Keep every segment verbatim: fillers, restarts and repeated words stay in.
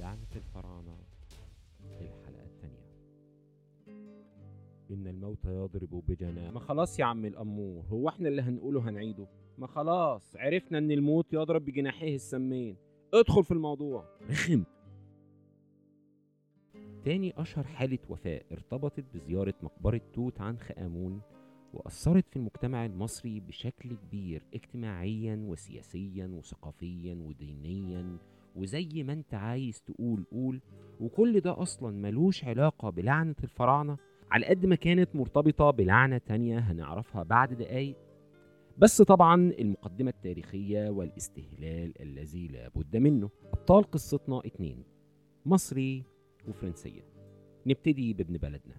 لعنة الفراعنة في الحلقة الثانية. إن الموت يضرب بجناح. ما خلاص يا عم الأمور، هو احنا اللي هنقوله هنعيده؟ ما خلاص عرفنا إن الموت يضرب بجناحيه السمين. ادخل في الموضوع. رخم. تاني أشهر حالة وفاة ارتبطت بزيارة مقبرة توت عنخ آمون، وأثرت في المجتمع المصري بشكل كبير اجتماعيا وسياسيا وثقافيا ودينيا، وزي ما انت عايز تقول قول. وكل ده أصلا ملوش علاقة بلعنة الفراعنة على قد ما كانت مرتبطة بلعنة تانية هنعرفها بعد دقايق. بس طبعا المقدمة التاريخية والاستهلال الذي لا بد منه. أبطال قصتنا اتنين، مصري وفرنسية. نبتدي بابن بلدنا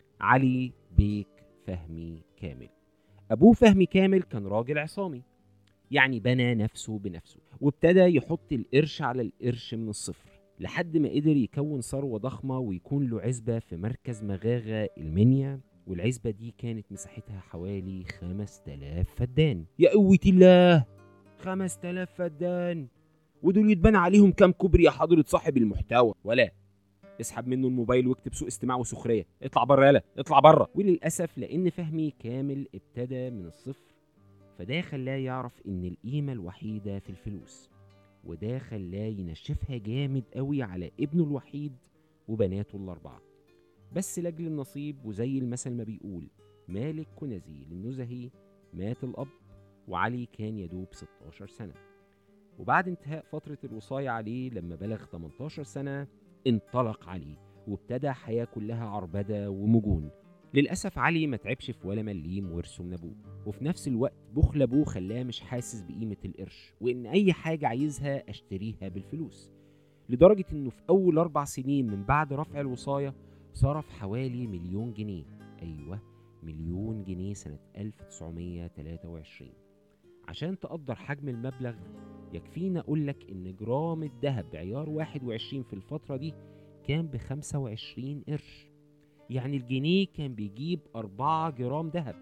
علي بيك فهمي كامل. أبوه فهمي كامل كان راجل عصامي، يعني بنى نفسه بنفسه، وابتدى يحط القرش على القرش من الصفر لحد ما قدر يكون ثروة ضخمة ويكون له عزبة في مركز مغاغة المنيا، والعزبة دي كانت مساحتها حوالي خمس تلاف فدان. يا قوة الله، خمس تلاف فدان! ودول يتبنى عليهم كام كوبري يا حضرة صاحب المحتوى؟ ولا اسحب منه الموبايل واكتب سوء استماع وسخريه، اطلع بره يالا اطلع بره. وللاسف لان فهمي كامل ابتدى من الصفر، فده خلاه يعرف ان القيمه الوحيده في الفلوس، وده خلاه ينشفها جامد قوي على ابنه الوحيد وبناته الاربعه. بس لاجل النصيب، وزي المثل ما بيقول مالك كنزي للنزهي، مات الاب وعلي كان يدوب ستاشر سنه. وبعد انتهاء فتره الوصايه عليه لما بلغ تمنتاشر سنه انطلق علي وابتدى حياة كلها عربدة ومجون. للأسف علي ما تعبش في ولا مليم ورثه من أبوه، وفي نفس الوقت بخل أبوه خلاه مش حاسس بقيمة القرش، وإن أي حاجة عايزها أشتريها بالفلوس، لدرجة إنه في أول أربع سنين من بعد رفع الوصاية صرف حوالي مليون جنيه. أيوة، مليون جنيه سنة ألف وتسعمية وتلاتة وعشرين. عشان تقدر حجم المبلغ يكفينا أقولك إن جرام الذهب بعيار واحد وعشرين في الفترة دي كان بخمسة وعشرين قرش، يعني الجنيه كان بيجيب أربعة جرام ذهب.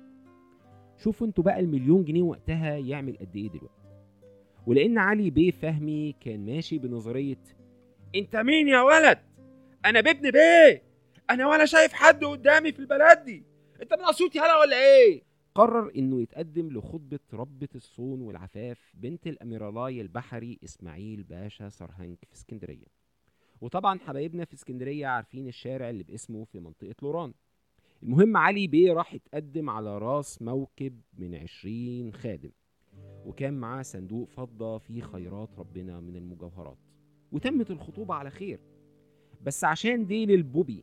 شوفوا انتوا بقى المليون جنيه وقتها يعمل قد ايه دلوقتي. ولأن علي بيه فهمي كان ماشي بنظرية انت مين يا ولد؟ انا بابن بيه، انا ولا شايف حد قدامي في البلد دي، انت من اسيوطي هلا ولا ايه؟ قرر انه يتقدم لخطبة ربة الصون والعفاف بنت الاميرالاي البحري اسماعيل باشا سرهنك في اسكندرية. وطبعا حبايبنا في اسكندرية عارفين الشارع اللي باسمه في منطقة لوران. المهم علي بيه راح يتقدم على راس موكب من عشرين خادم، وكان معاه صندوق فضة فيه خيرات ربنا من المجوهرات، وتمت الخطوبة على خير. بس عشان ديل البوبي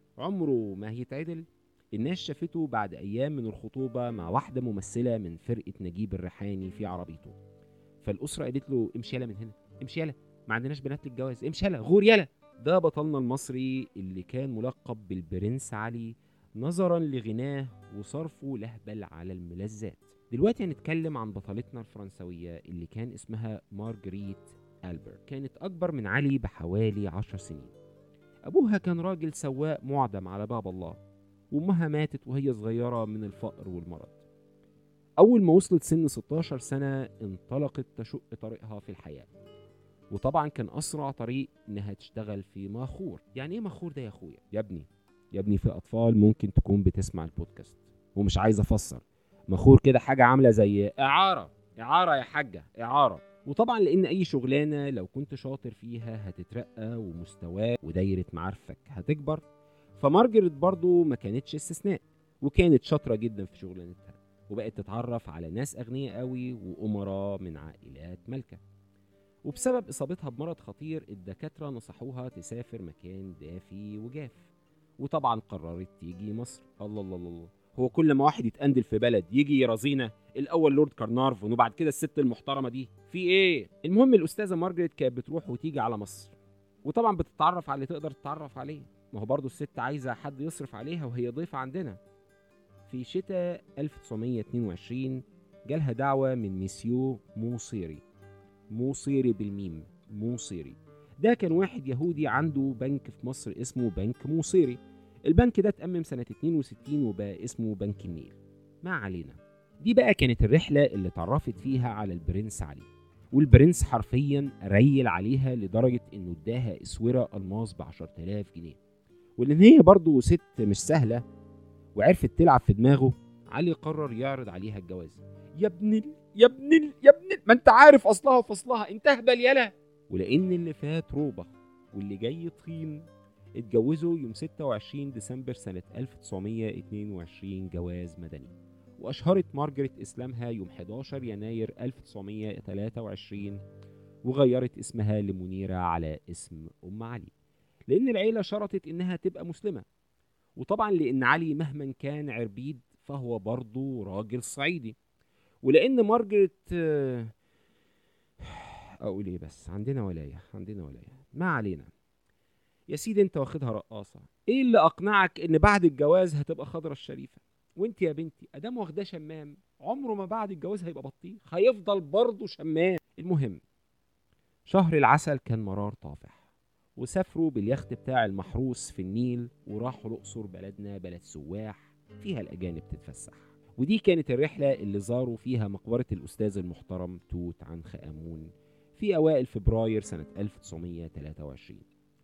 عمره ما هيتعدل، الناس شافته بعد ايام من الخطوبة مع واحدة ممثلة من فرقة نجيب الريحاني في عربيته. فالاسرة قالت له امشي يلا من هنا، امشي يلا، ما عندناش بنات للجواز، امشي يلا غور يلا. ده بطلنا المصري اللي كان ملقب بالبرنس علي نظرا لغناه وصرفه لهبل على الملذات. دلوقتي هنتكلم عن بطلتنا الفرنسوية اللي كان اسمها مارجريت ألبرت. كانت اكبر من علي بحوالي عشر سنين. ابوها كان راجل سواق معدم على باب الله، وامها ماتت وهي صغيرة من الفقر والمرض. اول ما وصلت سن ستاشر سنة انطلقت تشق طريقها في الحياة، وطبعا كان اسرع طريق انها تشتغل في ماخور. يعني ايه ماخور ده يا اخويا؟ يا ابني يا ابني في اطفال ممكن تكون بتسمع البودكاست ومش عايز افسر. ماخور كده حاجة عاملة زي اعارة، اعارة يا حاجة، اعارة. وطبعا لان اي شغلانة لو كنت شاطر فيها هتترقى ومستواك ودايرة معارفك هتكبر، فمارجريت برضو ما كانتش استثناء، وكانت شاطرة جدا في شغلانتها، وبقت تتعرف على ناس اغنياء قوي وامراء من عائلات ملكة. وبسبب اصابتها بمرض خطير الدكاترة نصحوها تسافر مكان دافي وجاف، وطبعا قررت تيجي مصر. الله الله الله، هو كل ما واحد يتقندل في بلد يجي يرازينا الاول لورد كارنارفون وبعد كده الست المحترمه دي في ايه؟ المهم الاستاذه مارجريت كانت بتروح وتيجي على مصر، وطبعا بتتعرف على اللي تقدر تتعرف عليه. ما هو برضو الست عايزه حد يصرف عليها وهي ضيفه عندنا. في شتاء ألف وتسعمية اتنين وعشرين جالها دعوه من ميسيو موصيري. موصيري بالميم، موصيري ده كان واحد يهودي عنده بنك في مصر اسمه بنك موصيري. البنك ده اتأمم سنة اتنين وستين وبقى اسمه بنك النيل. ما علينا. دي بقى كانت الرحلة اللي تعرفت فيها على البرنس علي، والبرنس حرفيا ريل عليها لدرجة انه اداها اسورة الماس بعشر تلاف جنيه. ولان هي برضو ست مش سهلة وعرفت تلعب في دماغه، علي قرر يعرض عليها الجواز. يا ابن ال... يا ابن ال... يا ابن ال... ما انت عارف اصلها وفصلها، انت اهبل يلا. ولان اللي فات روبة واللي جاي طين، اتجوزوا يوم ستة وعشرين ديسمبر سنة ألف وتسعمية اتنين وعشرين جواز مدني. وأشهرت مارجريت إسلامها يوم حداشر يناير ألف وتسعمية تلاتة وعشرين، وغيرت اسمها لمنيرة على اسم أم علي، لأن العيلة شرطت إنها تبقى مسلمة. وطبعا لأن علي مهما كان عربيد فهو برضه راجل صعيدي. ولأن مارجريت آه، أقول إيه، بس عندنا ولاية عندنا ولاية ما علينا. يا سيدي انت واخدها رقاصة، ايه اللي اقنعك ان بعد الجواز هتبقى خضرة الشريفة؟ وانت يا بنتي ادام واخداه شمام، عمره ما بعد الجواز هيبقى بطيخ، هيفضل برضه شمام. المهم، شهر العسل كان مرار طافح، وسافروا باليخت بتاع المحروس في النيل وراحوا الأقصر، بلدنا بلد سواح فيها الأجانب تتفسح. ودي كانت الرحلة اللي زاروا فيها مقبرة الأستاذ المحترم توت عنخ آمون في أوائل فبراير سنة ألف وتسعمية تلاتة وعشرين.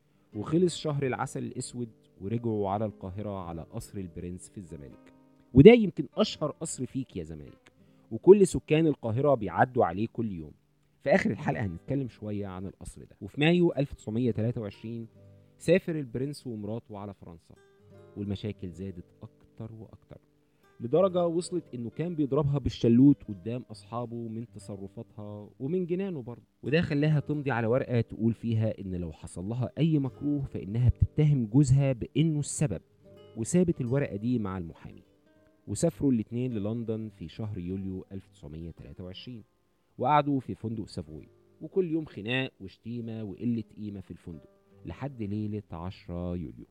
وخلص شهر العسل الأسود ورجعوا على القاهرة على قصر البرنس في الزمالك. وده يمكن أشهر قصر فيك يا زمالك، وكل سكان القاهرة بيعدوا عليه كل يوم. في آخر الحلقة هنتكلم شوية عن القصر ده. وفي مايو ألف وتسعمية تلاتة وعشرين سافر البرنس ومراته على فرنسا، والمشاكل زادت أكتر وأكتر، لدرجة وصلت إنه كان بيضربها بالشلوت قدام أصحابه من تصرفاتها ومن جنانه برضه. وده خلاها تمضي على ورقة تقول فيها إن لو حصل لها أي مكروه فإنها بتتهم جوزها بإنه السبب. وسابت الورقة دي مع المحامي، وسافروا الاتنين للندن في شهر يوليو ألف وتسعمية تلاتة وعشرين، وقعدوا في فندق سافوي، وكل يوم خناق وشتيمة وقلة قيمة في الفندق لحد ليلة عشرة يوليو.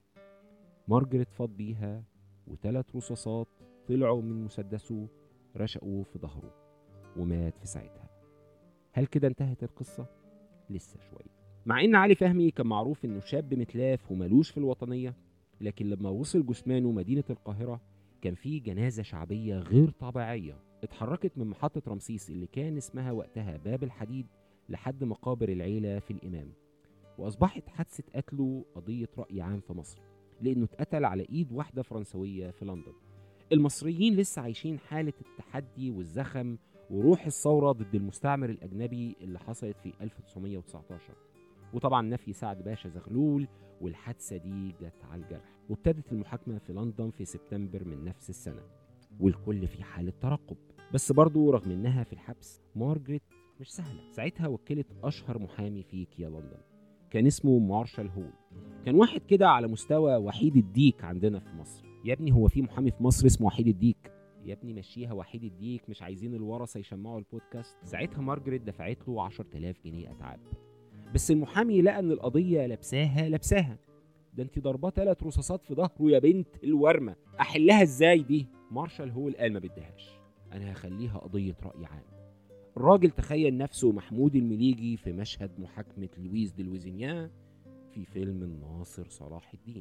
مارجريت فاض بيها، وثلاث رصاصات طلعوا من مسدسه رشقوا في ظهره، ومات في ساعتها. هل كده انتهت القصة؟ لسه شوية. مع ان علي فهمي كان معروف انه شاب متلاف وملوش في الوطنية، لكن لما وصل جثمانه مدينة القاهرة كان في جنازة شعبية غير طبيعية اتحركت من محطة رمسيس اللي كان اسمها وقتها باب الحديد لحد مقابر العيلة في الإمام. وأصبحت حادثة قتله قضية رأي عام في مصر، لأنه اتقتل على إيد واحدة فرنسوية في لندن. المصريين لسه عايشين حالة التحدي والزخم وروح الثورة ضد المستعمر الأجنبي اللي حصلت في ألف وتسعمية وتسعتاشر، وطبعا نفي سعد باشا زغلول، والحادثة دي جت على الجرح. وابتدت المحاكمة في لندن في سبتمبر من نفس السنة، والكل في حالة ترقب. بس برضو رغم انها في الحبس، مارجريت مش سهلة. ساعتها وكلت أشهر محامي فيك يا لندن، كان اسمه مارشال هول. كان واحد كده على مستوى وحيد الديك عندنا في مصر. يا ابني هو في محامي في مصر اسمه وحيد الديك؟ يا ابني مشيها وحيد الديك، مش عايزين الورثه يشمعوا البودكاست. ساعتها مارجريت دفعت له عشرة آلاف جنيه اتعاب. بس المحامي لقى ان القضيه لابساها لابساها. ده انت ضرباه ثلاث رصاصات في ظهره يا بنت الورمه، احلها ازاي دي؟ مارشال هول قال ما بدهاش، انا هخليها قضيه راي عام. الراجل تخيل نفسه محمود المليجي في مشهد محاكمه لويس دي لويزينيان في فيلم الناصر صلاح الدين.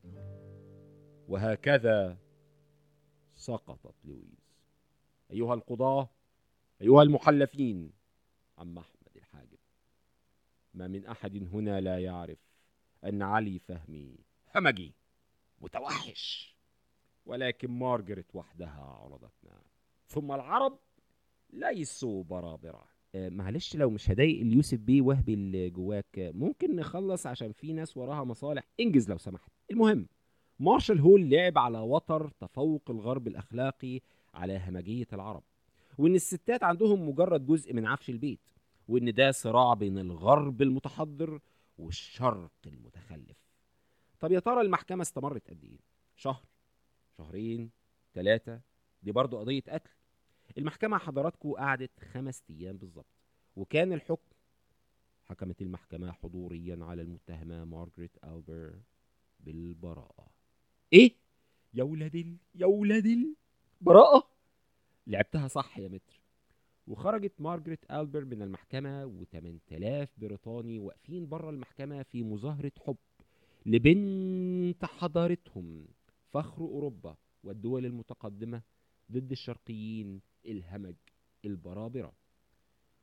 وهكذا سقطت لويس. أيها القضاة، أيها المحلفين، عم أحمد الحاجب، ما من أحد هنا لا يعرف أن علي فهمي همجي متوحش، ولكن مارجريت وحدها عرضتنا، ثم العرب ليسوا برابرة. آه معلش لو مش هضايق اليوسف بيه وهبي اللي جواك، آه، ممكن نخلص عشان في ناس وراها مصالح، انجز لو سمحت. المهم، مارشال هول لعب على وتر تفوق الغرب الأخلاقي على همجية العرب، وإن الستات عندهم مجرد جزء من عفش البيت، وإن ده صراع بين الغرب المتحضر والشرق المتخلف. طب يا ترى المحكمة استمرت قد إيه؟ شهر؟ شهرين؟ ثلاثة؟ دي برضو قضية قتل. المحكمة حضراتكم قعدت خمس أيام بالظبط، وكان الحكم، حكمت المحكمة حضوريا على المتهمة مارجريت ألبر بالبراءة. إيه؟ يا ولاد يا ولاد براءة؟ لعبتها صح يا متر. وخرجت مارجريت ألبر من المحكمة وثمانية آلاف بريطاني واقفين بره المحكمة في مظاهرة حب لبنت حضارتهم، فخر أوروبا والدول المتقدمة ضد الشرقيين الهمج البرابرة.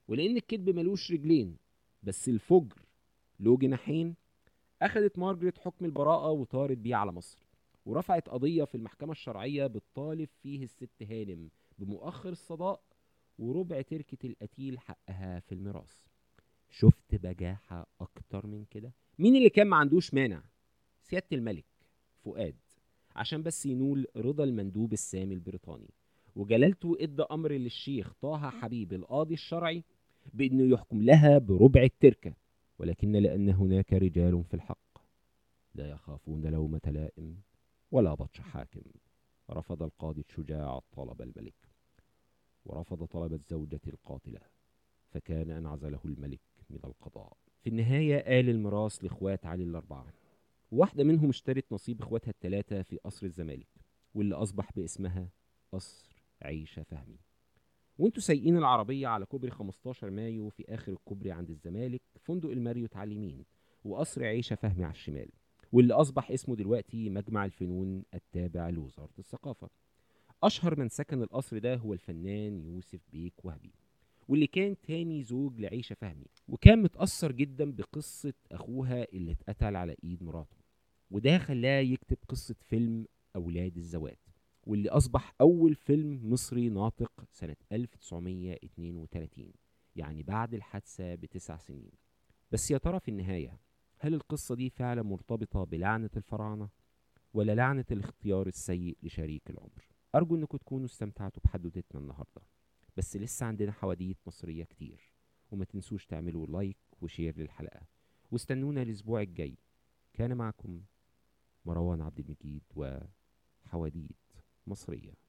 ولأن الكذب ملوش رجلين بس الفجر له جناحين، أخدت مارجريت حكم البراءة وطارت بيه على مصر، ورفعت قضية في المحكمة الشرعية بتطالب فيه الست هانم بمؤخر الصداق وربع تركة القتيل حقها في الميراث. شفت بجاحة أكتر من كده؟ مين اللي كان ما عندوش مانع؟ سيادة الملك فؤاد، عشان بس ينول رضا المندوب السامي البريطاني، وجلالته ادى أمر للشيخ طه حبيب القاضي الشرعي بأنه يحكم لها بربع التركة، ولكن لأن هناك رجال في الحق لا يخافون لومة لائم ولا بطش حاكم، رفض القاضي الشجاع طلب الملك، ورفض طلب الزوجة القاتلة، فكان انعزله الملك من القضاء. في النهاية قال الميراث لإخوات علي الأربعة، واحدة منهم اشترت نصيب إخواتها الثلاثة في قصر الزمالك، واللي أصبح باسمها قصر عيشة فهمي. وانتوا سايقين العربية على كوبري خمستاشر مايو، في آخر الكوبري عند الزمالك فندق الماريوت على اليمين، وقصر عيشة فهمي على الشمال، واللي أصبح اسمه دلوقتي مجمع الفنون التابع لوزارة الثقافة. أشهر من سكن القصر ده هو الفنان يوسف بيك وهبي، واللي كان تاني زوج لعيشة فهمي، وكان متأثر جدا بقصة أخوها اللي اتقتل على إيد مراته، وده خلاه يكتب قصة فيلم أولاد الزوات، واللي أصبح أول فيلم مصري ناطق سنة ألف وتسعمية اتنين وتلاتين، يعني بعد الحادثة بتسع سنين. بس يا ترى في النهاية هل القصة دي فعلا مرتبطة بلعنة الفراعنة ولا لعنة الاختيار السيء لشريك العمر؟ أرجو أنكم تكونوا استمتعتوا بحدوتتنا النهاردة، بس لسه عندنا حواديت مصرية كتير، وما تنسوش تعملوا لايك وشير للحلقة، واستنونا الأسبوع الجاي. كان معكم مروان عبد المجيد وحواديت مصرية.